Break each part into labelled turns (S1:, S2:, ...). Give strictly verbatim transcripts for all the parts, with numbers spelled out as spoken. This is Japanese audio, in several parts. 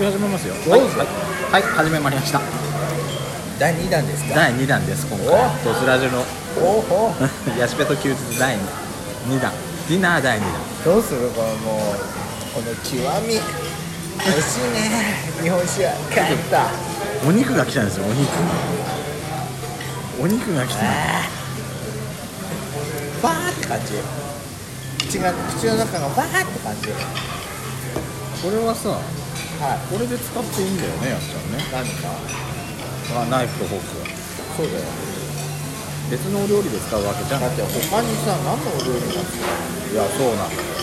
S1: り始めますよ。
S2: どうぞ。
S1: はい、はい、始めまいりました。
S2: だいにだんですか。
S1: だいにだんです。今回ドスラジの
S2: おお
S1: ヤシペと休日だいにだん、ディナーだいにだん。
S2: どうするこのもうこの極み美味しいね。日本酒は帰った。
S1: お肉が来たんですよ。お肉お肉が来た。
S2: バーって感じ。口が口の中がバーって感じ。
S1: これはさ、
S2: はい。
S1: これで使っていいんだよね、やっちゃんね。
S2: 何か。
S1: あ、ナイフとフォークは
S2: そうだよ。
S1: 別のお料理で使うわけじゃん。
S2: だって他にさ何のお料理が好きなの。
S1: いや、そうなんだよ。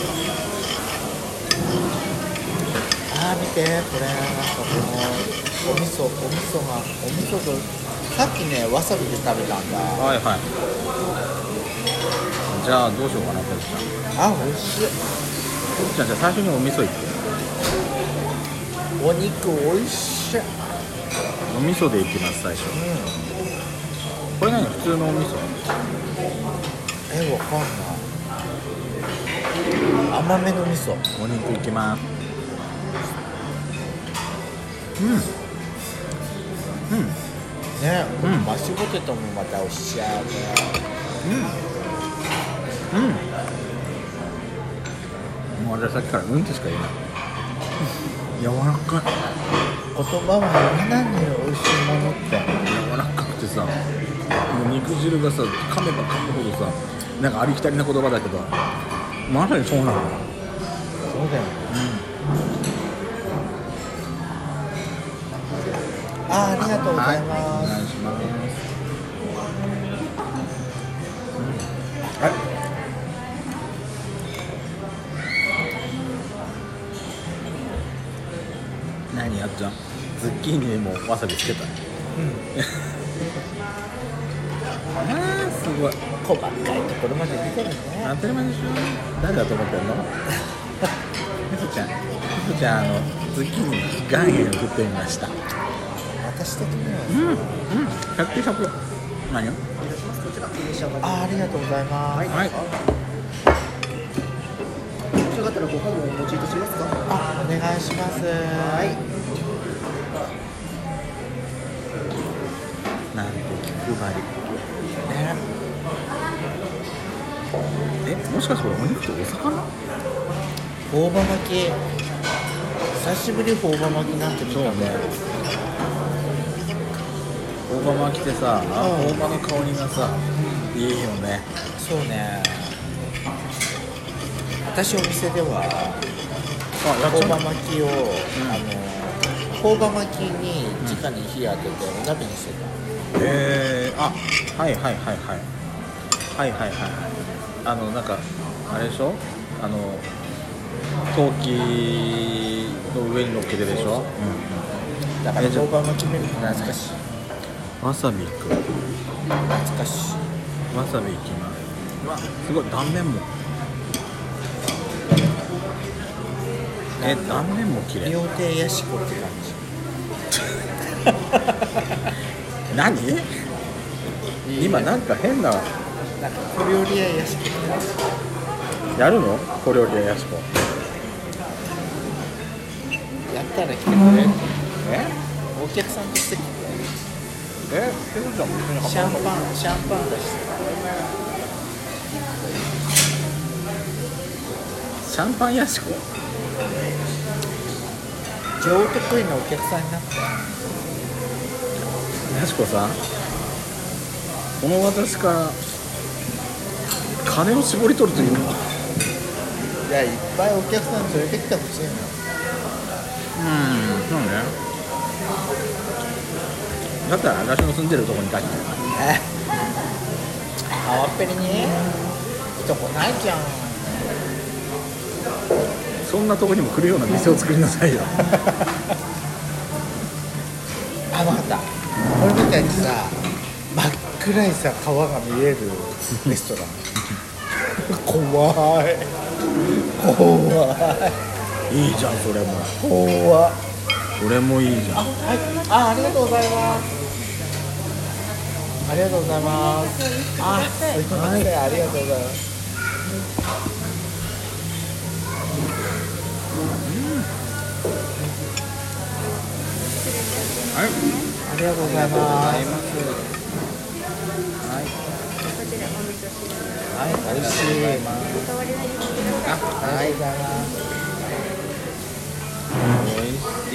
S2: あー見てこれなんかこのお味噌お味噌がお味噌とさっきねわさびで食べたんだ。
S1: はいはい。じゃあどうしようかな、ポルちゃん。
S2: あ、美味しい。
S1: ポルちゃん、じゃあ最初にお味噌いって。
S2: お肉美味しい。
S1: お味噌でいきます、最初。
S2: うん。
S1: これ何、普通のお味噌？
S2: え、わかんない。甘めの味噌。
S1: お肉いきます。うんうん
S2: ね、
S1: うん
S2: マッシュポテトもまたおしゃれ。
S1: うんうん。もう私さっきからうんってしか言えない。柔らかい。
S2: 言葉は読めないのよ、美味しいものって。
S1: 柔らかくてさ、もう肉汁がさ、噛めば噛むほどさ、なんかありきたりな言葉だけど、まさにそうなのよ。
S2: そうだよね。あ、ありがとうございます。
S1: はい、お願いします。はい。何やっちゃん、ズッキーニにもわさびつけた。うん。あー、すごい。
S2: 細かいところまで見てるね。
S1: 当たり前でしょ。誰だと思ってんの？みそちゃん、みそちゃん、あのズッキーニに岩塩を振ってみました。
S2: 私的には。
S1: うんうん。ひゃくきゅうひゃく。何を？
S2: あ、ありがとうございます。
S1: はい。はい。
S3: よかったらご飯をお持ちいたしますか。
S2: あ、お願いします。はい。
S1: なんて気配り。
S2: ね。
S1: え、もしかしてこれお肉とお魚？
S2: 大葉巻き。久しぶり大葉巻きなんて見たね。
S1: 大葉巻きってさ、大葉の香りがさ、いいよね。
S2: そうね。私お店では大葉巻きを、うん、あの大葉巻きに直に火当ててお鍋にしてた。
S1: へえー、あ、はいはいはいはいはいはいはい。あのなんかあれでしょ、あの陶器の上に乗っけてるでしょ。うん、
S2: だから大葉巻きミルク懐かしい。
S1: わさびいく。
S2: 懐かしい。
S1: わさびいきます。うわ、すごい断面も。え、断面も綺麗。
S2: 料亭やしこって感じ。
S1: 何？今なんか変な。
S2: なんか小料理屋やしこ。
S1: やるの？小料理屋やしこ。
S2: やったら来てくれる？
S1: え？
S2: お客さんとして来て。
S1: え？ペソちゃんも一緒に
S2: シャンパンシャンパン出して。
S1: シャンパンやしこ。
S2: 上得意なお客さんになって。
S1: やしこさん、この私から金を絞り取るというのは。
S2: いや、いっぱいお客さん連れてきてほしいの。
S1: うん、そうね。だったら私の住んでるとこに帰って。
S2: え、川っぺりに人来ないじゃん。
S1: そんなとこにも来るような店を作りなさいよ。
S2: あ、分かった。これみたいにさ、真っ暗いさ川が見えるレストラン。怖い怖
S1: い。いいじゃん、それも。
S2: い怖い。
S1: それもいいじゃん。
S2: あ、はい、あ、ありがとうございます。ありがとうございます。あ、すいません、はい、ありがとうございます。
S1: はい、
S2: ありがとうございます。
S1: はい、
S2: はい、美味しい。あ、ありがとうございます。
S1: おいしい、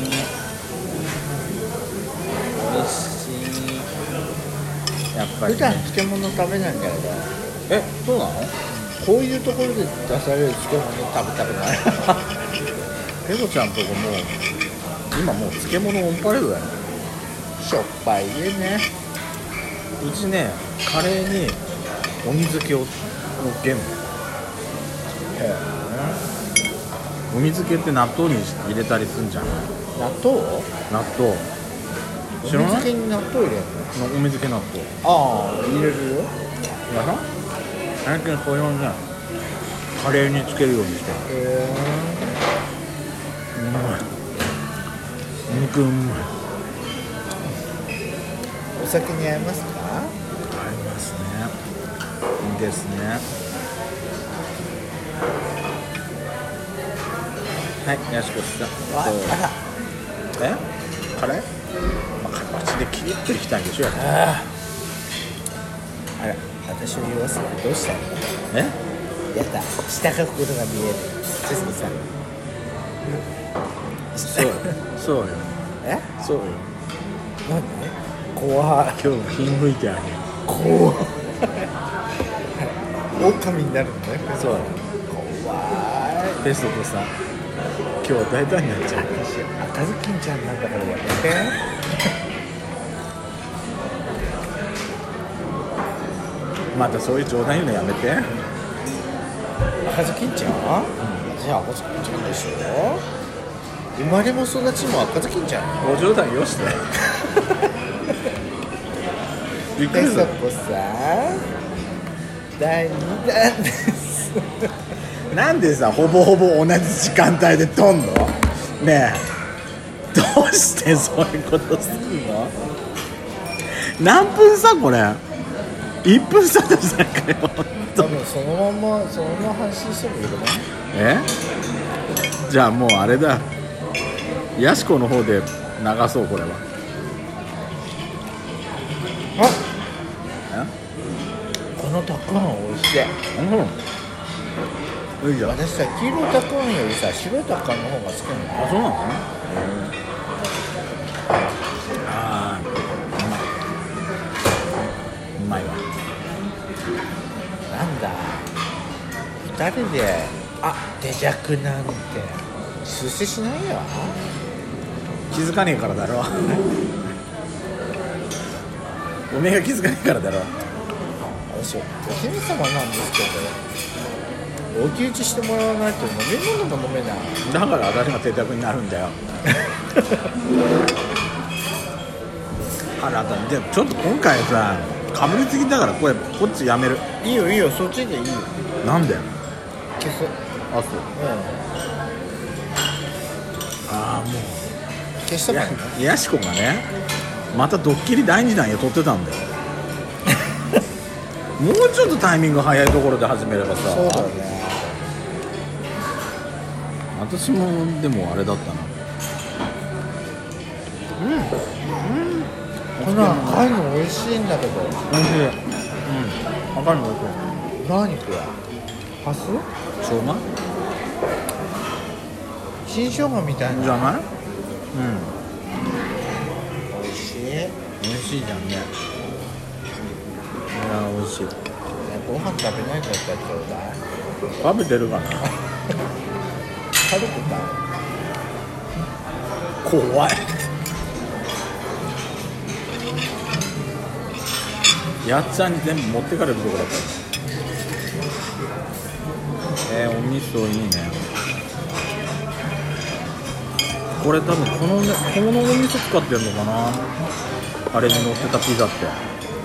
S1: おいしい。やっぱり、ね、
S2: 普段漬物食べないんだけど、
S1: え、そうなの？
S2: こういうところで出される漬物食べたくない。
S1: ペコちゃんとこもう今もう漬物オンパレードだよ。
S2: しょっぱいでね。
S1: うちね、カレーに鬼漬けをのっけんの。鬼漬けって納豆に入れたりすんじゃん。
S2: 納豆？
S1: 納豆知らない？
S2: お水に納豆入れるの？
S1: お水漬け納豆。
S2: ああ、入れるよ。
S1: だから最近それをね、カレーにつけるようにしてる。
S2: へ
S1: うまい。肉うまい。
S2: お酒に合いますか？
S1: 合いますね。いいですね。はい、やしこさん。
S2: あ、あら。
S1: え？カレー？まあ、形でキリッといきたいんでしょ。やっぱ
S2: ああら、私の様子はどうしたの？
S1: え？
S2: やった、下書くことが見える。ちょっとさ。
S1: そう、そうよ。
S2: え？
S1: そうよ。
S2: なんで？怖い。
S1: 今日ひん吹いてあげる。
S2: 怖い。狼になるのね。
S1: そうよ。
S2: 怖い。
S1: ペストとさ、今日大胆になっちゃう。
S2: 赤ずきんちゃんなんだからやめて。
S1: またそういう冗談言うのやめて。
S2: 赤ずきんちゃん？うん、じゃあ赤ずきんちゃんでしょ。生まれも育ちも赤ずきんちゃん。
S1: お冗談よして。びっくりする。
S2: ペソコさん、だいにだんです。
S1: なんでさ、ほぼほぼ同じ時間帯で撮んの？ねえ、どうしてそういうことするの？何分差これ？いっぷん差でさかよ。
S2: 多分そのままそのまま発信してもいいけどね。
S1: え？じゃあもうあれだ。ヤシコの方で流そうこれは。
S2: あ、
S1: え？
S2: このたくあん美味しい。
S1: うん。いいじゃん。
S2: 私さ、黄色いたくあんよりさ、白いたくあんの方が好きなの。
S1: あ、そうなの？ああ、うまい。うまいわ。
S2: なんだ。二人で、あ、手弱なんて出世しないよ。
S1: 気づかねえからだろ。おめえが気づかねえからだろ。
S2: 私、お姫様なんですけど、お気打ちしてもらわないと飲み物も飲めない。
S1: だから私が手弱になるんだよ。あらだ、でもちょっと今回さ、かぶりつきだからこれこっちやめる。
S2: いいよいいよ、そっちでいいよ。
S1: なんで？
S2: 消す。
S1: あ、そう。
S2: うん。
S1: ああ、もう
S2: 消したか
S1: いや、やしこがね、またドッキリだいにだんや撮ってたんだよ。もうちょっとタイミング早いところで始めればさ。
S2: そうだね。
S1: 私もでもあれだったな。うん、うん、
S2: この赤いの美味しいんだけど。
S1: おいしい。うん、赤いの美味しい。
S2: 何これ？ハス？
S1: 生姜？
S2: 新生姜みたいな。
S1: じゃない？うん。
S2: 美味しい。
S1: 美味しいじゃんね。いや、美味しい。
S2: ね、ご飯食べないんだったらちょうだい。
S1: 食べてるかな。
S2: 食べてた。
S1: 怖い。やっちゃんに全部持ってかれるところだった。えー、お味噌いいね。これ多分このね、このお味噌使ってんのかな。あれに乗ってたピザって。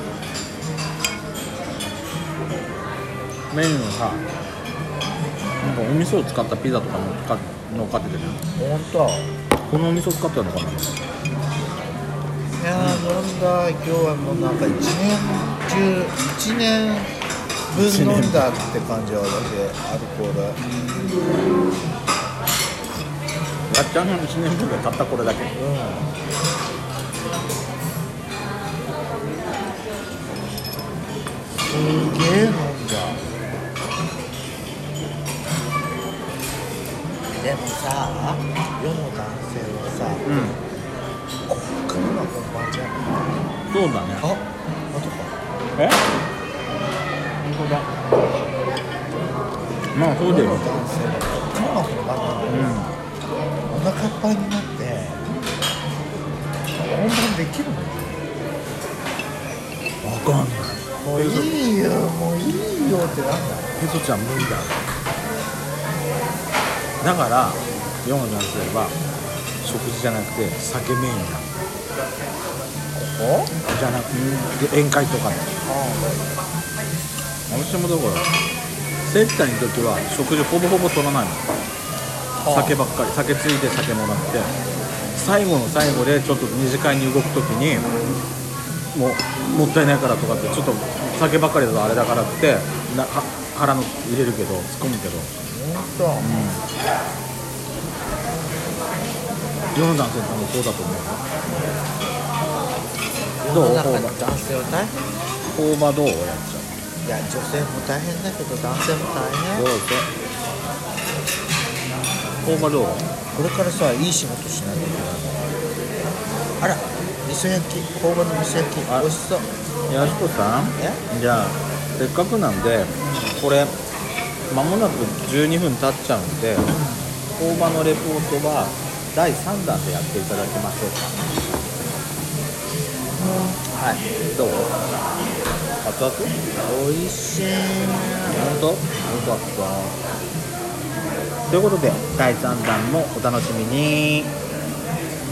S1: メニューのさ、なんかお味噌を使ったピザとかもか乗っかっててね。
S2: ほんと。
S1: このお味噌使ったのかな。
S2: いやー、飲んだ。今日はもうなんか一年中一年分飲んだって感じは私アルコール。
S1: やっちゃんのいちねんぶんでたったこれだけ。
S2: うんすげえ飲んじゃう。でもさ、世の男性はさ、
S1: うん
S2: こっからが本番じゃん。
S1: そうだね。
S2: あ、あとか
S1: え本当だ。まあそうだよ。
S2: 世の男性はこっからが本番なの。
S1: うん
S2: お腹いっぱいになって本番できるの？
S1: わかんない。
S2: もういいよ、もういいよってなんだ。
S1: ペソちゃん無理だ。だから世の男性は食事じゃなくて酒メインだ。
S2: ここ？
S1: じゃなくて宴会とかで。私もだから接待の時は食事ほぼほぼ取らないの。酒ばっかり、酒ついて酒もらって最後の最後でちょっと二次会に動く時にもうもったいないからとかってちょっと酒ばっかりだとあれだからってなは腹の入れるけど突っ込むけど、
S2: 本当。
S1: 世の男性多分そうだと思うよ。どう？
S2: 世の中の男性は大変。
S1: 大葉どうやっちゃ
S2: いや、女性も大変だけど男性も大
S1: う。
S2: 変。
S1: どうぞ。大葉どう？
S2: これからさ、いい仕事しないといけない。あら、味噌焼き、工場の味噌焼き、
S1: あ
S2: 美味しそう。
S1: やしこさん、
S2: え？
S1: じゃあせっかくなんでこれ間もなくじゅうにふん経っちゃうんで、大葉のレポートはだいさんだんでやっていただきましょうか。はい、どう？熱々？
S2: 美味しい。
S1: 本当？よかった。ということでだいさんだんもお楽しみに。